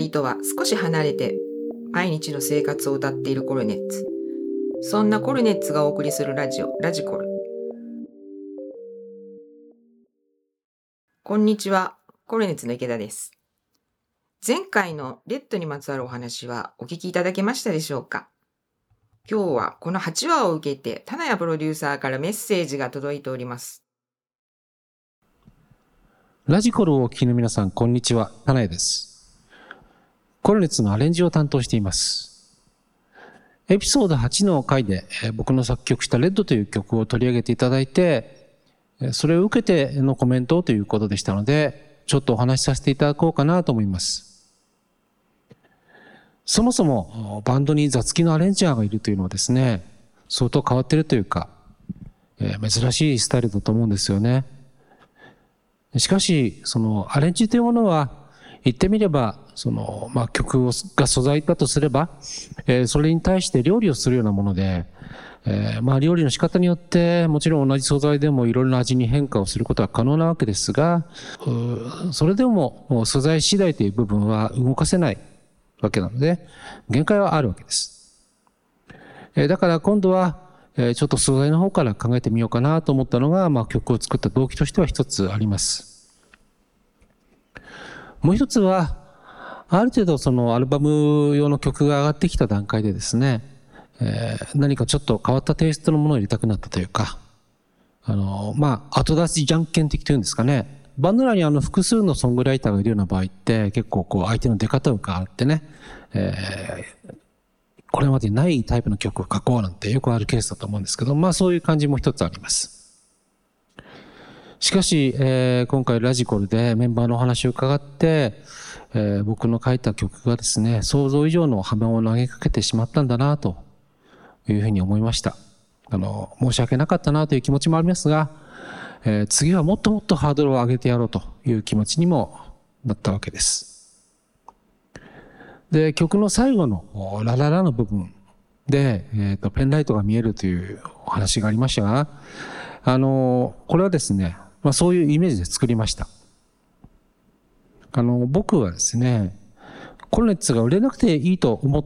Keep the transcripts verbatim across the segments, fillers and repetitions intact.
ーとは少し離れて毎日の生活を歌っているコルネッツ。そんなコルネッツがお送りするラジオ、ラジコル。こんにちは、コルネッツの池田です。前回のレッドにまつわるお話はお聞きいただけましたでしょうか？今日はこのはちわを受けて、田谷プロデューサーからメッセージが届いております。 ラジコルをお聞きの皆さん、こんにちは。田谷です。コルネッツのアレンジを担当しています。エピソードはちの回で僕の作曲したレッドという曲を取り上げていただいて、それを受けてのコメントということでしたので、ちょっとお話しさせていただこうかなと思います。そもそもバンドに雑記のアレンジャーがいるというのはですね、相当変わっているというか、珍しいスタイルだと思うんですよね。しかし、そのアレンジというものは、言ってみれば、その、まあ、曲をが素材だとすれば、えー、それに対して料理をするようなもので、えー、まあ、料理の仕方によって、もちろん同じ素材でもいろいろな味に変化をすることは可能なわけですが、それでも素材次第という部分は動かせないわけなので、限界はあるわけです。えー、だから今度は、えー、ちょっと素材の方から考えてみようかなと思ったのが、まあ、曲を作った動機としては一つあります。もう一つは、ある程度そのアルバム用の曲が上がってきた段階でですね、えー、何かちょっと変わったテイストのものを入れたくなったというか、あの、まあ、後出しじゃんけん的というんですかね。バンド内にあの複数のソングライターがいるような場合って結構こう相手の出方を伺ってね、えー、これまでにないタイプの曲を書こうなんてよくあるケースだと思うんですけど、まあそういう感じも一つあります。しかし、えー、今回ラジコルでメンバーのお話を伺って、えー、僕の書いた曲がですね、想像以上の波紋を投げかけてしまったんだなというふうに思いました。あの、申し訳なかったなという気持ちもありますが、えー、次はもっともっとハードルを上げてやろうという気持ちにもなったわけです。で、曲の最後のラララの部分で、えーと、ペンライトが見えるというお話がありましたが、あの、これはですね、まあ、そういうイメージで作りました。あの、僕はですね、コルネッツが売れなくていいと思って、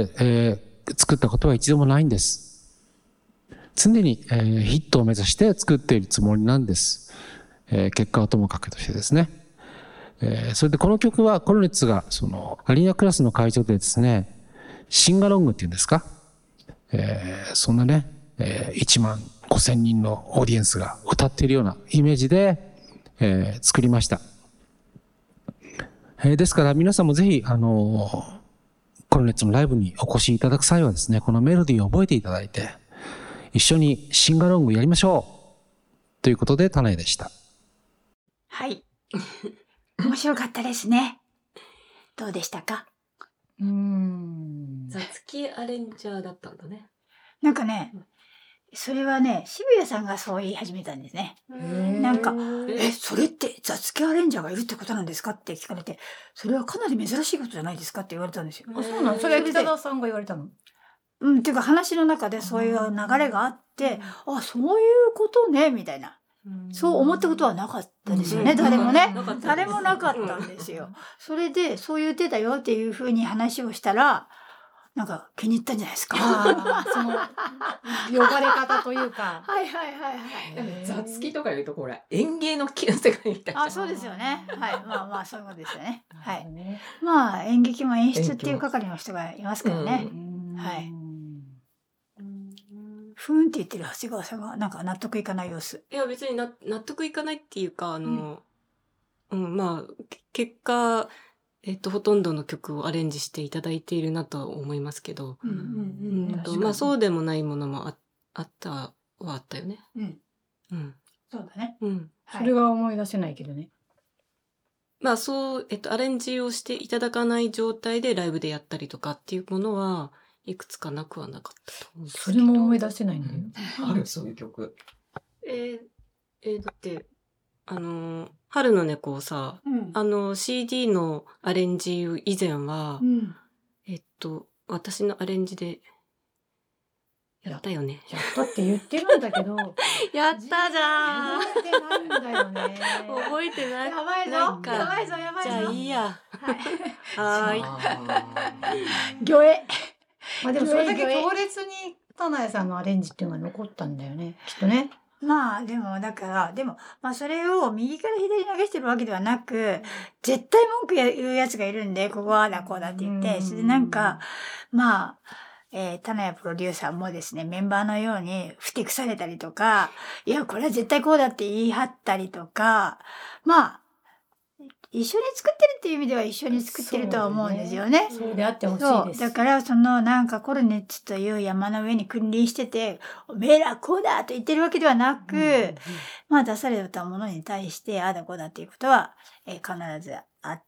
えー、作ったことは一度もないんです。常に、えー、ヒットを目指して作っているつもりなんです。えー、結果はともかくとしてですね。えー、それでこの曲はコルネッツがそのアリーナクラスの会場でですね、シンガロングっていうんですか、えー、そんなね、えー、いちまんごせんにんのオーディエンスが歌っているようなイメージで、えー、作りました。えー、ですから皆さんもぜひ、あのー、コルネッツのライブにお越しいただく際はですね、このメロディーを覚えていただいて、一緒にシンガロングやりましょうということで、田内でした。 はい。面白かったですね。どうでしたか？ うーん。雑記アレンジャーだったんだね。 なんかね、それはね、渋谷さんがそう言い始めたんですね。なんか、え、それって雑記アレンジャーがいるってことなんですかって聞かれて、それはかなり珍しいことじゃないですかって言われたんですよ。 あ、そうなの？それは北田さんが言われたの？ うん、っていうか話の中でそういう流れがあって、あ、そういうことね、みたいな。そう思ったことはなかったですよね、誰もね。誰もなかったんですよ。それで、そういう手だよっていうふうに話をしたら、なんか気に入ったんじゃないですか。 あその、呼ばれ方というか。 はいはいはいはい。 雑記とか言うと、これ、演芸の木の世界みたいな。 あ、そうですよね。はい。まあまあ、そういうことですよね。はい。まあ、演劇も演出っていう係の人がいますからね。はい。ふーんって言ってる長谷川さんがなんか納得いかない様子。 いや別にな納得いかないっていうか、あの、うん、うん、まあ、結果、えっと、ほとんどの曲をアレンジしていただいているなとは思いますけど、うんうんうん、まあそうでもないものも あ, あったはあったよね。 うん。うん。そうだね。 うん。 はい、 それは思い出せないけどね。まあそう、えっと、アレンジをしていただかない状態でライブでやったりとかっていうものは、いくつかなくはなかったと思うんですけど。それも思い出せないんだよ。 ある、そういう曲。 えー、えー、だって、あの、春の猫をさ、うん、あの シーディー のアレンジ以前は、うん、えっと、私のアレンジでやったよね。 やったって言ってるんだけどやったじゃん。 覚えてないんだよね。 覚えてない。 やばいぞなんかやばいぞやばいぞ。 じゃあいいや。 はい。 はーい。 魚影。 まあでもそれだけ魚影強烈に棚谷さんのアレンジっていうのが残ったんだよね、きっとね。 まあでもだからでもまあそれを右から左に投げしてるわけではなく、絶対文句言うやつがいるんで、ここはだこうだって言って、それでなんかまあ、えー、棚谷プロデューサーもですね、メンバーのようにふてくされたりとか、いやこれは絶対こうだって言い張ったりとか、まあ一緒に作ってるっていう意味では一緒に作ってるとは思うんですよね。 そうであってほしいそう。 です。 だから、その、なんか、コルネッツという山の上に君臨してて、おめえらこうだと言ってるわけではなく、 うんうんうんまあ、出されたものに対して、ああだこうだっていうことは、えー必ずあって、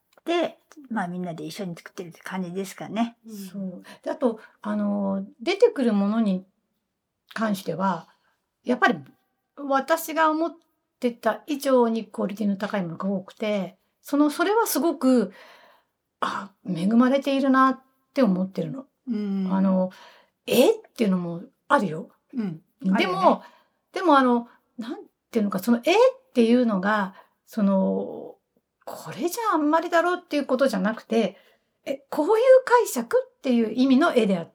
まあ、みんなで一緒に作ってるって感じですかね。 そうであとあの出てくるものに関してはやっぱり私が思ってた以上にクオリティの高いものが多くて、そのそれはすごくあ恵まれているなって思ってるの。 うんあ、のえっていうのもあるよ。 うん。 でも、 あるよねでもあのなんていうのか、そのえっていうのがそのこれじゃあんまりだろうっていうことじゃなくて、えこういう解釈っていう意味の絵であって、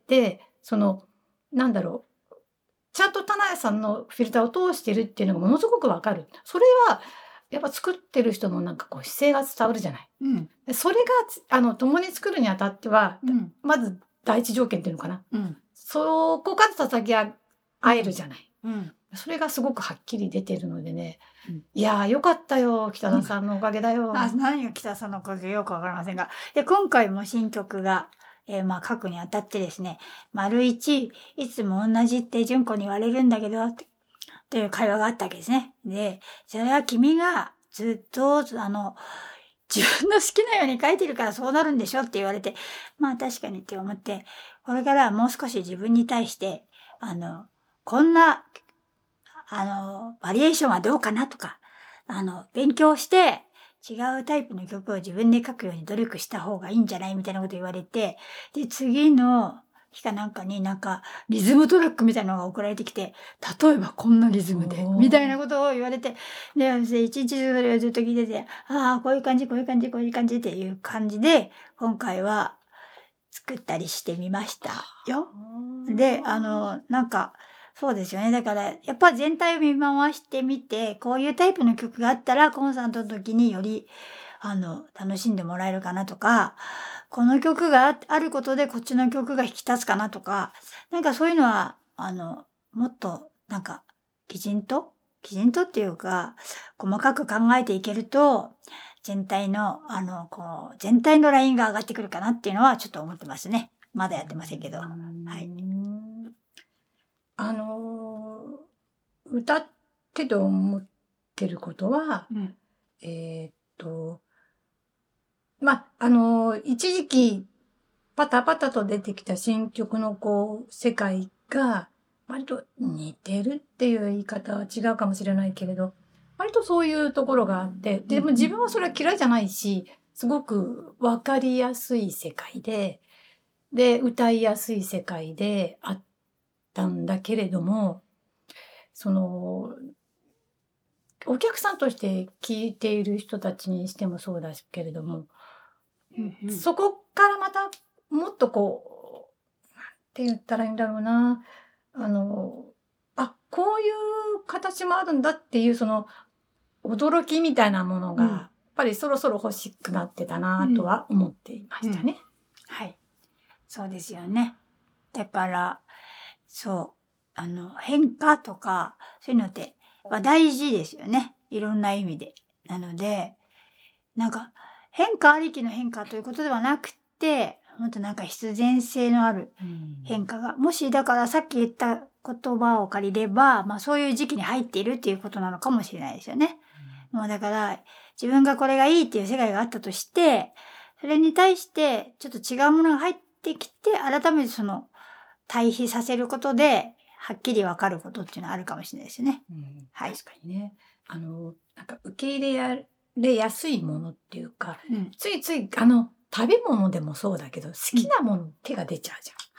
そのなんだろう、ちゃんと棚谷さんのフィルターを通してるっていうのがものすごくわかる。それはやっぱ作ってる人のなんかこう姿勢が伝わるじゃない。 うん。 でそれがつあの共に作るにあたっては、 うん。 まず第一条件っていうのかな。 うん。 そこから叩き合えるじゃない。 うん。 それがすごくはっきり出てるのでね。 うんいやーよかったよ、北田さんのおかげだよ。 あ、何が北さんのおかげよくわかりませんが。で、今回も新曲が、えーまあ書くにあたってですね、丸一、いつも同じって純子に言われるんだけど、ってという会話があったわけですね。で、それは君がずっと、あの、自分の好きなように書いてるからそうなるんでしょって言われて、まあ確かにって思って、これからはもう少し自分に対して、あの、こんな、あの、バリエーションはどうかなとか、あの、勉強して違うタイプの曲を自分で書くように努力した方がいいんじゃないみたいなこと言われて、で、次の日かなんかになんかリズムトラックみたいなのが送られてきて、例えばこんなリズムで、 おーみたいなことを言われて、で、私一日中それをずっと聞いてて、ああ、こういう感じ、こういう感じ、こういう感じっていう感じで、今回は作ったりしてみましたよ。で、あの、なんか、そうですよね。だから、やっぱ全体を見回してみて、こういうタイプの曲があったら、コンサートの時により、あの、楽しんでもらえるかなとか、この曲があることでこっちの曲が引き立つかなとか、なんかそういうのは、あの、もっと、なんか、きちんと、きちんとっていうか、細かく考えていけると、全体の、あの、こう、全体のラインが上がってくるかなっていうのはちょっと思ってますね。まだやってませんけど。はい。 あのー歌ってて思ってることは、 うん。 えーっと、まあ、あのー一時期、パタパタと出てきた新曲のこう、世界が、割と似てるっていう言い方は違うかもしれないけれど、割とそういうところがあって、でも自分はそれは嫌いじゃないし、すごくわかりやすい世界で、で、歌いやすい世界であったんだけれども、その、お客さんとして聞いている人たちにしてもそうだけれども、 うんそこからまたもっとこう、なんて言ったらいいんだろうな、あの、あ、こういう形もあるんだっていうその驚きみたいなものが、 うんやっぱりそろそろ欲しくなってたなとは思っていましたね。 はい。そうですよね。だから、そう、あの、変化とか、そういうのって、は大事ですよね。いろんな意味で。なので、なんか、変化ありきの変化ということではなくて、もっとなんか必然性のある変化が、もしだからさっき言った言葉を借りれば、まあそういう時期に入っているっていうことなのかもしれないですよね。もうだから、自分がこれがいいっていう世界があったとして、それに対してちょっと違うものが入ってきて、改めてその対比させることで、はっきりわかることっていうのはあるかもしれないですよね。 うんはい確かにね。あの、なんか受け入れられやすいものっていうか、 うん。 ついつい、あの、食べ物でもそうだけど、好きなもの、手が出ちゃうじゃん。 はい。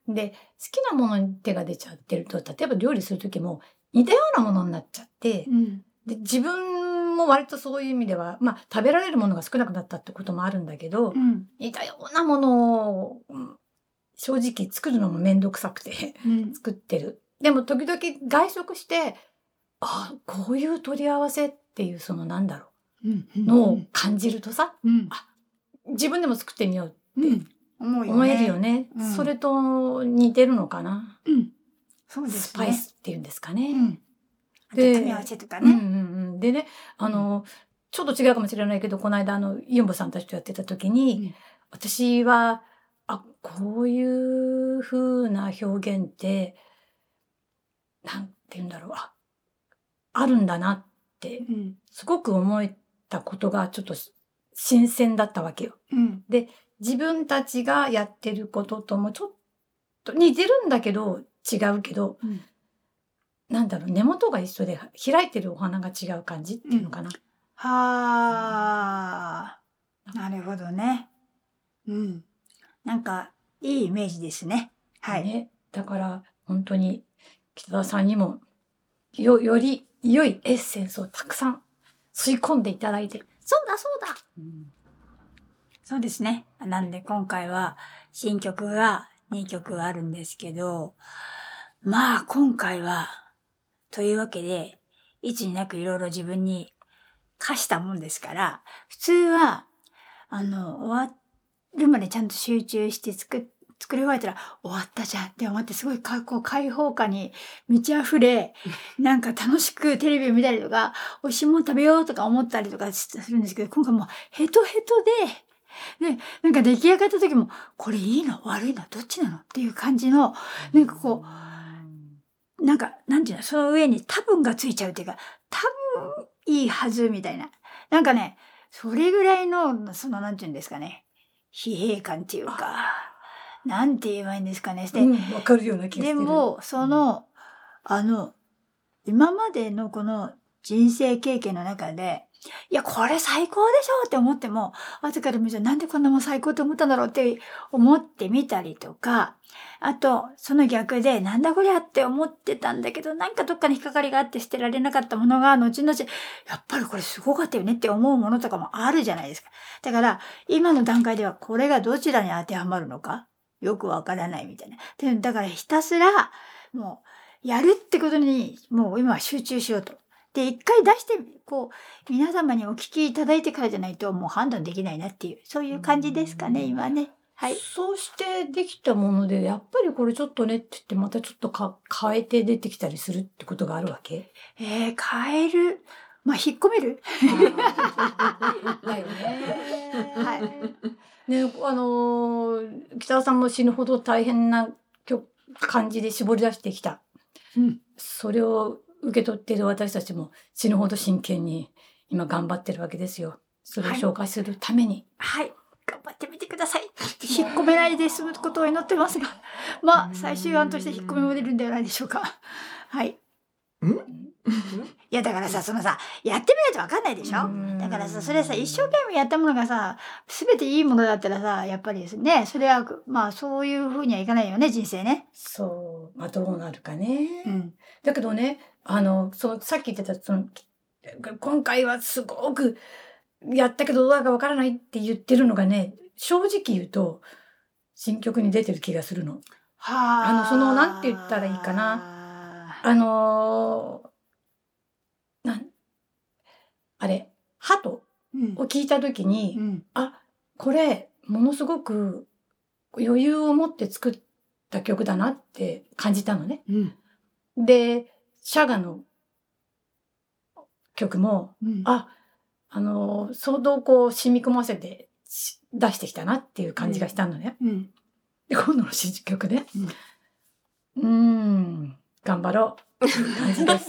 で、好きなものに手が出ちゃってると、例えば料理する時も似たようなものになっちゃって、 うん、 で自分も割とそういう意味では、まあ食べられるものが少なくなったってこともあるんだけど、 うん、 似たようなものを、うん、正直作るのもめんどくさくてうん、 作ってる。でも時々外食して、あ、こういう取り合わせっていうそのなんだろう、 うん、 のを感じるとさ、 うん、 あ、自分でも作ってみよううん、思うよね。 思えるよね。 うんそれと似てるのかな。 うん、そうですね。 スパイスっていうんですかね。 うん。 でで、組み合わせとかね。 うんうんうん。でね、あの、ちょっと違うかもしれないけど、この間、あの、ユンボさんたちとやってた時に、 うん私は、あ、こういう風な表現って、なんて言うんだろう、あ、あるんだなって、 うん、 すごく思えたことがちょっと新鮮だったわけよ。 うん、 で、自分たちがやってることともちょっと似てるんだけど、違うけど、 うん。 なんだろう、根元が一緒で開いてるお花が違う感じっていうのかな。 はあ、なるほどね。うん。なんか、いいイメージですね。はい。 ね。だから、本当に、北田さんにも、よ、より良いエッセンスをたくさん吸い込んでいただいて。 そうだそうだ。そうですね。なんで今回は新曲がにきょくあるんですけど、まあ今回は、というわけで、いつになくいろいろ自分に課したもんですから、普通は、あの、終わるまでちゃんと集中して作っ作り終えたら終わったじゃんって思ってすごいかこう開放感に満ち溢れ、なんか楽しくテレビを見たりとか、美味しいもの食べようとか思ったりとかするんですけど、今回もうヘトヘトで、で、なんか出来上がった時も、これいいの悪いのどっちなのっていう感じの、なんかこう、なんか、なんていうの、その上に多分がついちゃうっていうか、多分いいはずみたいな。なんかね、それぐらいの、その、なんていうんですかね、疲弊感っていうか、なんて言えばいいんですかね。で、 うん、わかるような気がする。 でも、その、あの、今までのこの人生経験の中で、いや、これ最高でしょって思っても、後から見るとなんでこんなもん最高って思ったんだろうって思ってみたりとか、あと、その逆で、なんだこりゃって思ってたんだけど、なんかどっかに引っかかりがあって捨てられなかったものが、後々、やっぱりこれすごかったよねって思うものとかもあるじゃないですか。だから、今の段階ではこれがどちらに当てはまるのか、よくわからないみたいな。でだからひたすら、もう、やるってことに、もう今は集中しようと。で、一回出して、こう、皆様にお聞きいただいてからじゃないと、もう判断できないなっていう、そういう感じですかね、今ね。はい。 そうしてできたもので、やっぱりこれちょっとねって言って、またちょっとか変えて出てきたりするってことがあるわけ？ えー、変える。まあ、引っ込めるだよね。 はい。 ね、あのー、北田さんも死ぬほど大変な曲感じで絞り出してきた。 うん。 それを受け取っている私たちも死ぬほど真剣に今頑張ってるわけですよ。それを紹介するために。 はい。頑張ってみてください。引っ込めないで済むことを祈ってますが。まあ、最終案として引っ込めも出るんではないでしょうか。はい。 んいや、だからさ、そのさ、やってみないとわかんないでしょ。だからさ、それさ、一生懸命やったものがさ、すべていいものだったらさ、やっぱりですね、それは、まあ、そういうふうにはいかないよね、人生ね。 そう。まあ、どうなるかね。 うん。 だけどね、あの、その、さっき言ってた、その、今回はすごく、やったけどどうだかわからないって言ってるのがね、正直言うと、新曲に出てる気がするの。 はあの、その、なんて言ったらいいかな。あのー、なん、あれ、鳩を聞いたときに、 うん、 あ、これ、ものすごく余裕を持って作った曲だなって感じたのね。 うん、 で、シャガの曲も、 うん、 あ、あのー、相当こう染み込ませて出してきたなっていう感じがしたのね。 うん、 で、今度の新曲ね。うん、うーん、頑張ろうっていう感じです。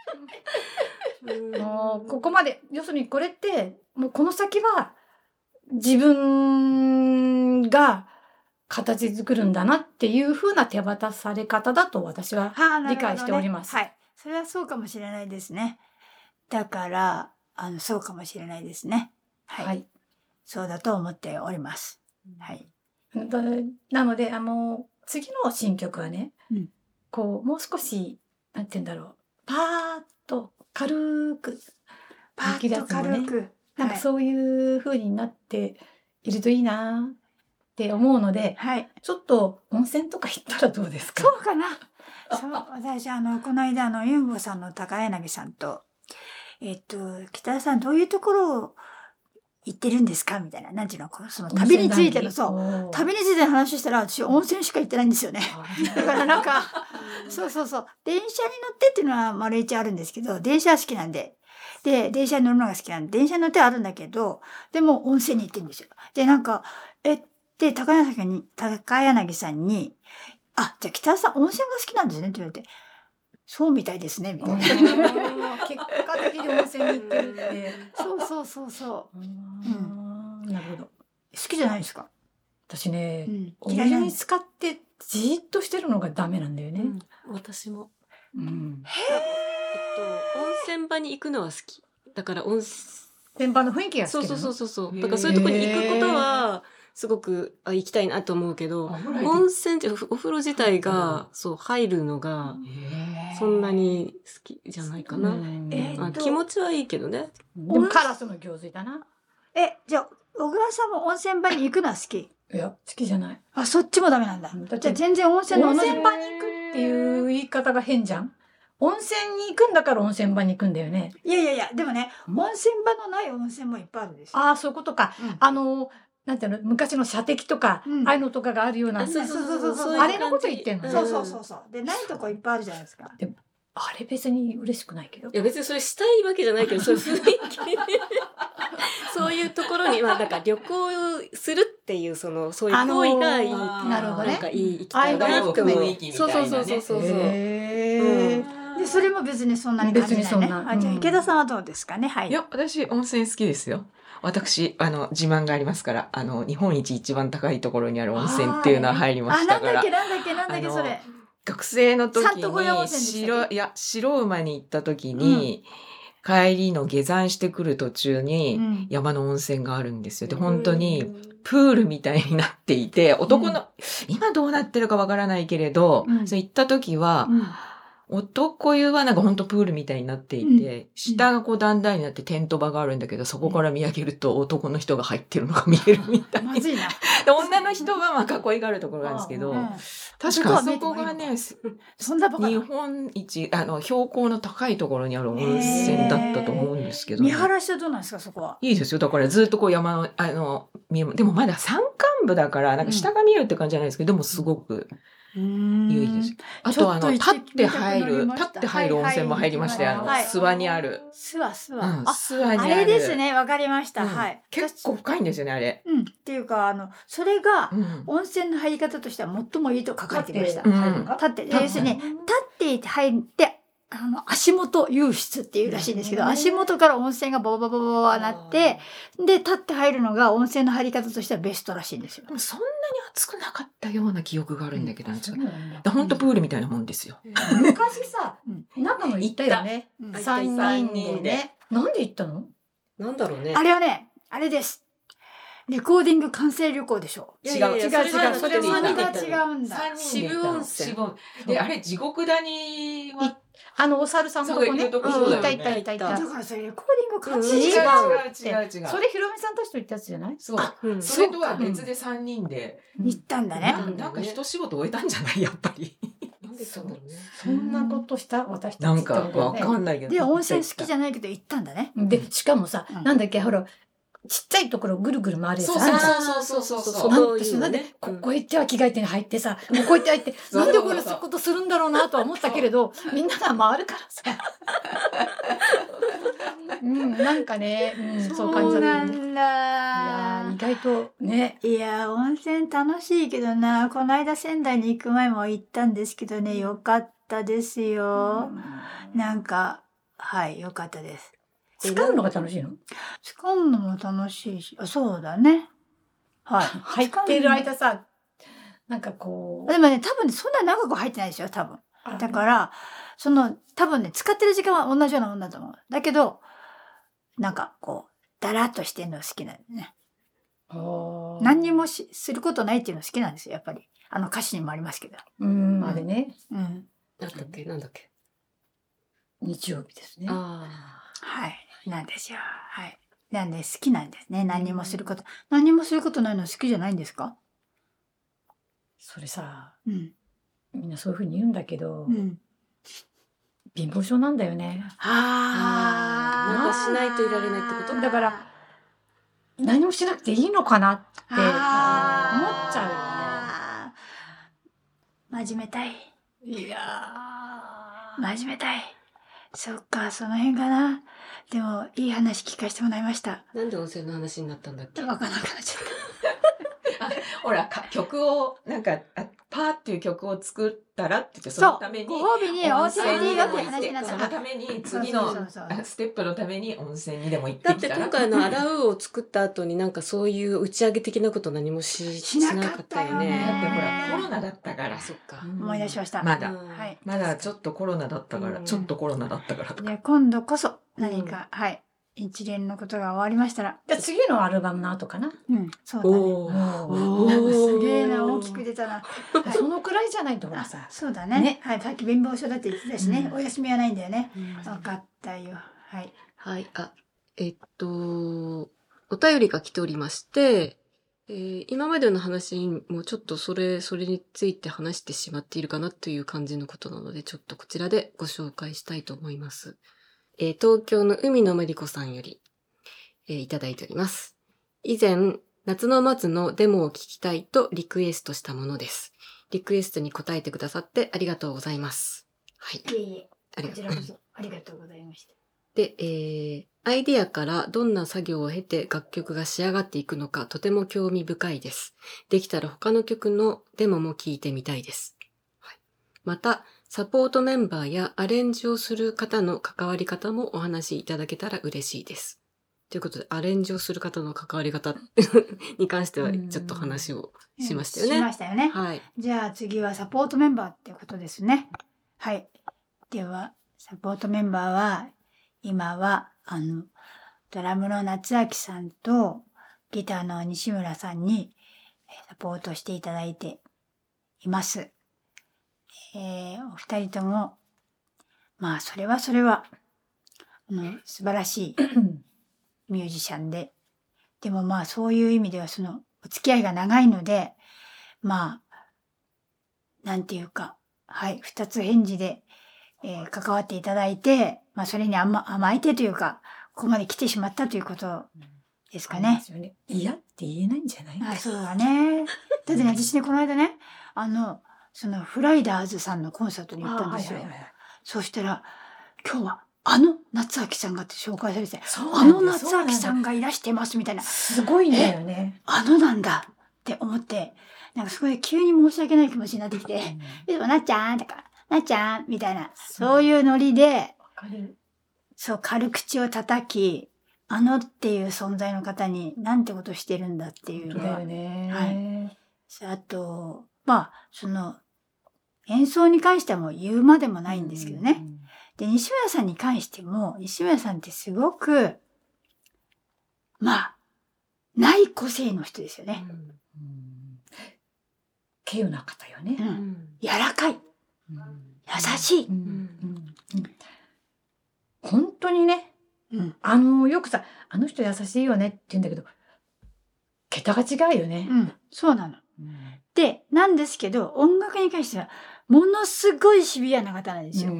もうここまで、要するにこれって、もうこの先は自分が形作るんだなっていう風な手渡され方だと私は理解しております。 はあ、ね、はい。それはそうかもしれないですね。だから、あの、そうかもしれないですね。はい。はい、そうだと思っております。はい。 なので、あの、 次の新曲はね、 うんこう、もう少し、なんて言うんだろう、パーッと軽く、 パーッと軽く。 なんかそういう風になっているといいなって思うので、 はい。 ちょっと温泉とか行ったらどうですか？ そうかな。そう、私、あの、この間、あの、ユンボさんの高柳さんと、えっと、北田さん、どういうところを行ってるんですかみたいな。なんていうの、こうその旅についての、そう。旅についての話したら、私、温泉しか行ってないんですよね。だからなんか、そうそうそう。電車に乗ってっていうのは丸一あるんですけど、電車は好きなんで。で、電車に乗るのが好きなんで、電車に乗ってはあるんだけど、でも温泉に行ってるんですよ。で、なんか、え、で、高柳さんに、高柳さんに、あ、じゃあ北田さん温泉が好きなんですねって言われて、そうみたいですね、みたいな。 結果的に温泉に行ってるって。 そうそうそうそう。 うん。なるほど。 好きじゃないですか？ 私ね、 うん、 お湯に浸かってじーっとしてるのがダメなんだよね。 うん、私も。 うん、 へえ。えっと、温泉場に行くのは好き。だから温泉場の雰囲気が好きなの？ そうそうそうそう。だからそういうところに行くことは、すごくあ行きたいなと思うけど、温泉ってお風呂自体が、そう、入るのが、そんなに好きじゃないかな。えー、気持ちはいいけどね。 でもカラスの行水だな。 え、じゃあ、小倉さんも温泉場に行くのは好き？ いや、好きじゃない。 あ、そっちもダメなんだ。じゃあ全然温泉の温泉場に行くっていう言い方が変じゃん。温泉に行くんだから温泉場に行くんだよね。 いやいやいや、でもね、温泉場のない温泉もいっぱいあるんですよ。 ああ、そういうことか。うん、あの、なんていうの、昔の射的とか、うん、ああいうのとかがあるような。 そうそうそうそう。 あれのこと言ってんのね。 そうそうそうそう。で、ないとこいっぱいあるじゃないですか。 でも、あれ別に嬉しくないけど。 いや別にそれしたいわけじゃないけど、そういう雰囲気。そういうところに、まあなんか旅行するっていう、その、そういう行為がいい。 なるほどね。 なんかいい、行きたいなって思う。そうそうそうそうそう。 へー。で、それも別にそんなに感じないね。別にそんな。あ、じゃあ池田さんはどうですかね。はい。 いや、私温泉好きですよ。私、あの、自慢がありますから、あの、日本一一番高いところにある温泉っていうのは入りましたから。 あ、なんだっけ、なんだっけ、なんだっけ、それ。 学生の時に、白、いや、白馬に行った時に、うん、帰りの下山してくる途中に、山の温泉があるんですよ。で、本当に、プールみたいになっていて、男の、うん、今どうなってるかわからないけれど、うん、そう行った時は、うん、男湯はなんかほんとプールみたいになっていて、うん、下がこう段々になってテント場があるんだけど、そこから見上げると男の人が入ってるのが見えるみたいな。 まずいな。 で、女の人はまあ囲いがあるところなんですけど、うん、確かあそこがね、 そんな日本一、あの、標高の高いところにある温泉だったと思うんですけど、 ね。見晴らしはどうなんですか、そこは。 いいですよ。だからずっとこう山の、あの、見え、でもまだ山間部だから、なんか下が見えるって感じじゃないですけど、でもすごく、良いです。あとあの、立って入る、立って入る温泉も入りましたよ。あの、諏訪にある。 諏訪、諏訪。 うん、諏訪にある。 あれですね、わかりました。はい。 結構深いんですよね、あれ。 うん。っていうか、あの、それが、温泉の入り方としては最もいいと書かれてました。立って、要するに、立って入って、あの、足元湧出っていうらしいんですけど、足元から温泉がボボボボボボなって、で、立って入るのが温泉の入り方としてはベストらしいんですよ。 でもそんなに暑くなかったような記憶があるんだけど、ほんとプールみたいなもんですよ。 昔さ、長野行ったよね。さんにんでね。なんで行ったの？ なんだろうね。 あれはね、あれです。レコーディング完成旅行でしょ。 違う。 違う違う。それはまた違うんだ。 渋温泉。で、あれ、地獄谷は、 あの、お猿さんのとこね。いたいたいたいた。 だからそれレコーディング完成違う違う違う。 それひろみさんたちと行ったやつじゃない？ そう。それとは別でさんにんで。 行ったんだね。 なんか一仕事終えたんじゃないやっぱり。 なんでそうだろうね。 そんなことした私たち。 なんかわかんないけど。 で、温泉好きじゃないけど行ったんだね。 で、しかもさ、なんだっけ、ほら、ちっちゃいところぐるぐる回るやつ。 そうそうそうそうそう。 私なんで、ここ行っては着替えて入ってさ、ここ行って入って、なんでこれそういうことするんだろうなとは思ったけれど、みんなが回るからさ。うん、なんかね、うん、そう感じだね。 そうなんだ。 いや、意外とね。 いや、温泉楽しいけどな、この間仙台に行く前も行ったんですけどね、よかったですよ。なんか、はい、よかったです。 使うのが楽しいの？ 使うのも楽しいし、あ、そうだね。はい。 入ってる間さ、なんかこう。 でもね、多分ね、そんな長く入ってないですよ、多分。だから、その、多分ね、使ってる時間は同じようなもんだと思う。だけど、なんかこう、だらっとしてるの好きなんだね。 何にもしすることないっていうの好きなんですよ、やっぱり。あの歌詞にもありますけど。 うん、あれね。 うん。 なんだっけ、なんだっけ。 日曜日ですね。 ああ。はい。なんですよ。はい。なんで好きなんですね。何にもすること。何にもすることないの好きじゃないんですか？ それさ、 うん。 みんなそういうふうに言うんだけど、 うん。 貧乏症なんだよね。 ああ。なんかしないといられないってこと？ だから、何もしなくていいのかなって思っちゃうよね。真面目たい。 いやー。真面目たい。そっか、その辺かな。でも、いい話聞かせてもらいました。 なんで温泉の話になったんだっけ？ わかんなくなっちゃった。 あ、ほら、か曲を、なんか、あパーっていう曲を作ったらって言って、そのために、 ご褒美に温泉に行って話になった。 そのために、次のステップのために温泉にでも行ってだっきたら。 て今回のアラウを作った後になんかそういう打ち上げ的なこと何もし、 しなかったよね。 だってほら、コロナだったから。 そっか。 思い出しました。 まだ。 はい。 まだちょっとコロナだったから、ちょっとコロナだったからとか。 で、今度こそ何か、はい。一連のことが終わりましたら。 じゃあ次のアルバムの後かな。 うん、そうだね。 おー。なんかすげえな、大きく出たな。 そのくらいじゃないとほらさ。 そうだね。はい、さっき貧乏症だって言ってたしね。お休みはないんだよね。わかったよ。はい。 はい。あ、えっと、お便りが来ておりまして、えー、今までの話もちょっとそれ、それについて話してしまっているかなという感じのことなので、ちょっとこちらでご紹介したいと思います。えー、東京の海のまりこさんより、えー、いただいております。以前、夏の松のデモを聞きたいとリクエストしたものです。リクエストに答えてくださってありがとうございます。はい。 いえいえ。 ありがとうございます。 ありがとうございました。 で、えー、アイディアからどんな作業を経て楽曲が仕上がっていくのかとても興味深いです。できたら他の曲のデモも聞いてみたいです。はい、また、サポートメンバーやアレンジをする方の関わり方もお話しいただけたら嬉しいです。ということで、アレンジをする方の関わり方に関してはちょっと話をしましたよね。 しましたよね。 はい。 じゃあ次はサポートメンバーってことですね。はい。では、サポートメンバーは、今は、あの、ドラムの夏明さんとギターの西村さんにサポートしていただいています。えー、お二人とも、まあ、それはそれは、あの、素晴らしいミュージシャンで、でもまあ、そういう意味では、その、お付き合いが長いので、まあ、なんていうか、はい、二つ返事で、えー、関わっていただいて、まあ、それに甘、甘えてというか、ここまで来てしまったということですかね。 うん、ね嫌って言えないんじゃない？ あ、そうだね。だってね、私ね、この間ね、あの、そのフライダーズさんのコンサートに行ったんですよ。そうしたら、今日はあの夏明さんがって紹介されて、あの夏明さんがいらしてますみたいな。 すごいんだよね。 あのなんだって思って、なんかそこで急に申し訳ない気持ちになってきて、でもなっちゃんとか、なっちゃんみたいな、そういうノリで、そう、軽口を叩き、あのっていう存在の方になんてことしてるんだっていうのは。 ね。 はい。あと、まあ、その、演奏に関してはもう言うまでもないんですけどね。うん、で、西村さんに関しても、西村さんってすごく、まあ、ない個性の人ですよね。うんうん、稀有な方よね。 うん、柔らかい。うん、優しい。うんうんうん、本当にね、うん、あの、よくさ、あの人優しいよねって言うんだけど、桁が違うよね。 うん、そうなの。うん、で、なんですけど、音楽に関しては、ものすごいシビアな方なんですよ。うん、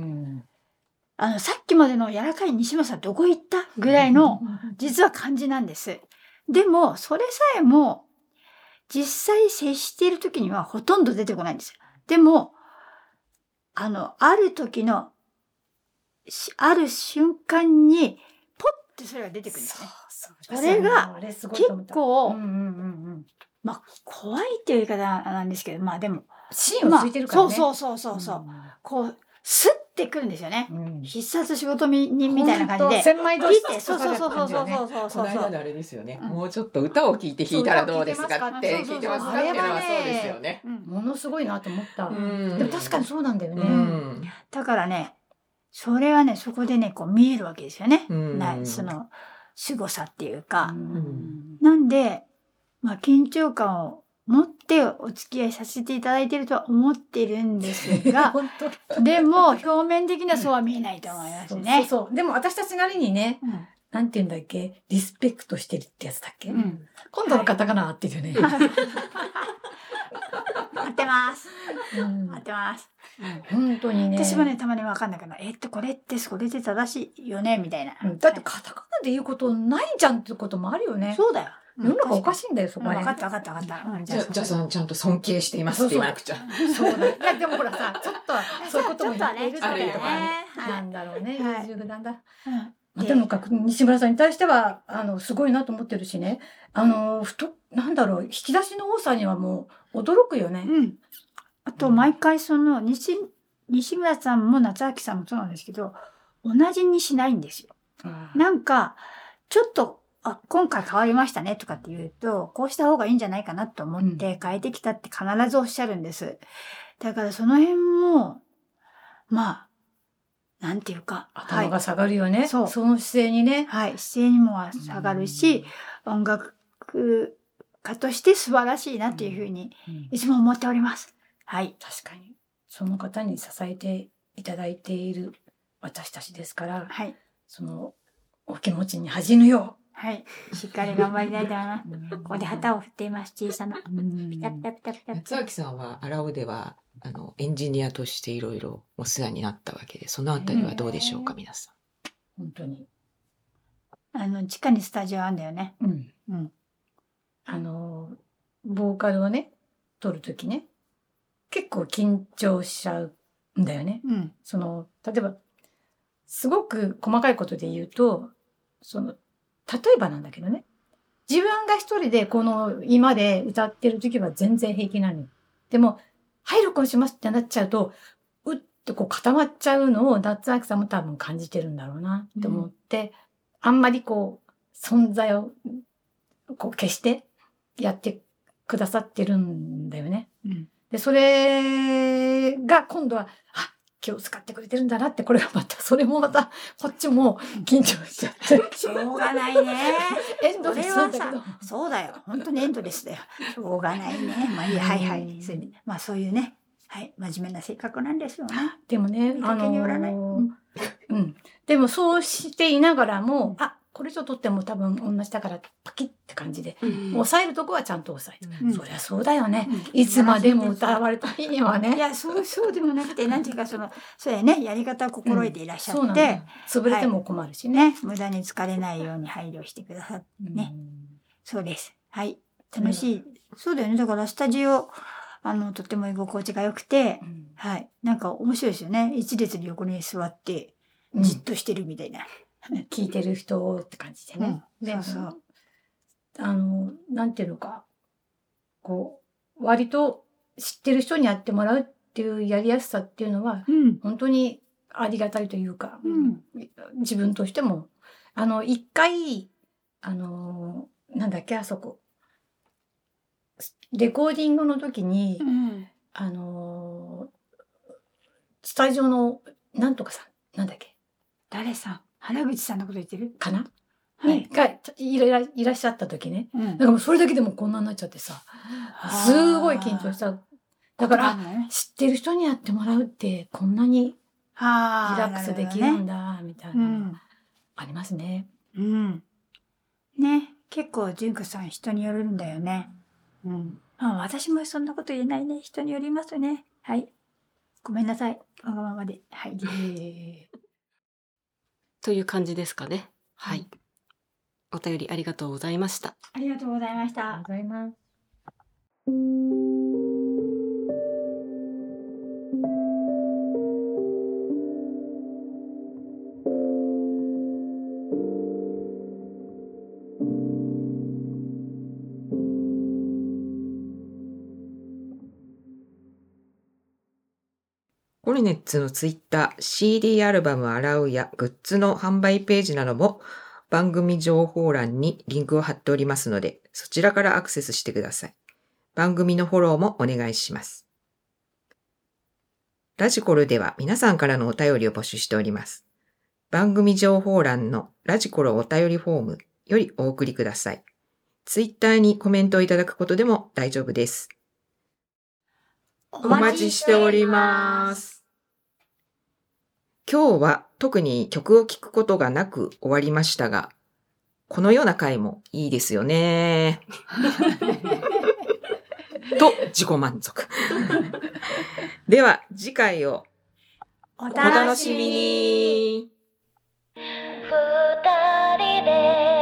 あの、さっきまでの柔らかい西村さんどこ行ったぐらいの、実は感じなんです。でも、それさえも、実際接している時にはほとんど出てこないんですよ。でも、あの、ある時の、ある瞬間に、ポッてそれが出てくるんですね。そうそうそれが、結構、うんうんうんうんまあ、怖いっていう言い方なんですけど、まあでも。 芯をついてるからね。 まあ、そうそうそうそう。うん、こう、スッてくるんですよね。うん、必殺仕事人みたいな感じで。 千枚通して、そうそうそうそうそうそうそうそう。 この間のあれですよね。うん、もうちょっと歌を聴いて弾いたらどうですかって聞いてますかっていうのはそうですよね。 ものすごいなと思った。うん、でも確かにそうなんだよね。うん、 だからね、それはね、そこでね、こう見えるわけですよね。うん、なその、凄さっていうか。うん、なんで、 まあ、緊張感を持ってお付き合いさせていただいているとは思っているんですが、 本当でも、表面的にはそうは見えないと思いますね。 そうそうそう。でも私たちなりにね、 うんなんて言うんだっけ、リスペクトしてるってやつだっけ、 うん今度のカタカナ合ってるよね。 合ってます。 うん合ってます。 本当にね。 私もね、たまにわかんないけど、えっと、これって、それで正しいよねみたいな。 うんだってカタカナで言うことないじゃんってこともあるよね。 そうだよ。 世の中おかしいんだよ、そこはね。 うんわかったわかったわかった。うんじゃあ、じゃあさんちゃんと尊敬していますって言わなくちゃ。 そうだ。いや、でもほらさ、ちょっとは、そういうことも言っているちょっとはねっていうところはね。 はいなんだろうね、 はい優柔不断だ。 うんまあ、とにかく西村さんに対しては、あの、すごいなと思ってるしね。あの、ふと、なんだろう、引き出しの多さにはもう驚くよね。 うん。あと、毎回その、西、西村さんも夏秋さんもそうなんですけど、同じにしないんですよ。なんか、ちょっと、あ、今回変わりましたねとかって言うと、こうした方がいいんじゃないかなと思って変えてきたって必ずおっしゃるんです。だからその辺も、まあ、なんていうか、 頭が下がるよね。 そうその姿勢にね。 はい、姿勢にも下がるし、音楽家として素晴らしいなっていうふうにいつも思っております。はい。 確かに。その方に支えていただいている私たちですから、 はい。 そのお気持ちに恥じぬよはい。しっかり頑張りたいと思います。 う。 ここで旗を振っています、小さな。ピタピタピタピタピタ。 夏秋さんは荒尾ではあのエンジニアとしていろいろお世話になったわけで、そのあたりはどうでしょうか、皆さん。 本当に。 あの、地下にスタジオあるんだよね。 うん。 うん。 あの、ボーカルをね、撮るときね、結構緊張しちゃうんだよね。 うん。 その、例えば、すごく細かいことで言うと、その、例えばなんだけどね、自分が一人でこの今で歌ってる時は全然平気なのよ。でも、はい、録音しますってなっちゃうと、うってこう固まっちゃうのを夏秋さんも多分感じてるんだろうなって思って、あんまりこう、存在をこう消してやってくださってるんだよね。 うん。 で、それが今度は、あ、気を使ってくれてるんだなって、これがまた、それもまた、こっちも緊張しちゃって。 しょうがないね。 エンドレスなんだけど。 そうだよ。本当にエンドレスだよ。しょうがないね。まあいいや、はいはい。それでまあそういうね、はい、真面目な性格なんですよね。 でもね、 見かけによらない。 あのーうんうん。でもそうしていながらも、あ、これ以上取っても多分同じだからパキッって感じで、抑えるとこはちゃんと抑えて。 うんそりゃそうだよね。 うんいつまでも歌われた日にはいね。 や、そう、そうでもなくて、なんていうか、その、そうやね、やり方を心得ていらっしゃそうってなんだよ、潰れても困るしね。 ね、無駄に疲れないように配慮してくださって、ね。そうです。はい。楽しい。そうだよね。だからスタジオ、あの、とっても居心地が良くてう、ん。 はい。なんか面白いですよね。一列に横に座って、 うんじっとしてるみたいな。 聞いてる人って感じでね。 うんでそうそうあの、なんていうのか、こう、割と知ってる人にやってもらうっていうやりやすさっていうのは、 うん。 本当にありがたいというか、 うん。 自分としても、あの、一回、あの、なんだっけ、あそこ、レコーディングの時に、 うん。 あの、スタジオの、なんとかさん、なんだっけ、 誰さん原口さんのこと言ってるかな、 はい。 がいらいらっしゃった時ね、 うんなんかもうそれだけでもこんなになっちゃってさ、すごい緊張した。だから、知ってる人にやってもらうって、こんなにリあラックスできるんだ、みたいなのがありますね。 うん。ね。結構、純子さん人によるんだよね。うん。まあ、私もそんなこと言えないね。人によりますね。はい。ごめんなさい。わがままで。はい。 という感じですかね。はい。お便りありがとうございました。 ありがとうございましありがとうた。 ございます。 コルネッツのツイッター、シーディー アルバムアラウやグッズの販売ページなども番組情報欄にリンクを貼っておりますので、そちらからアクセスしてください。番組のフォローもお願いします。ラジコルでは皆さんからのお便りを募集しております。番組情報欄のラジコルお便りフォームよりお送りください。 ツイッターにコメントをいただくことでも大丈夫です。お待ちしております。今日は特に曲を聴くことがなく終わりましたが、このような回もいいですよね。と、自己満足。では、次回をお楽しみに。二人で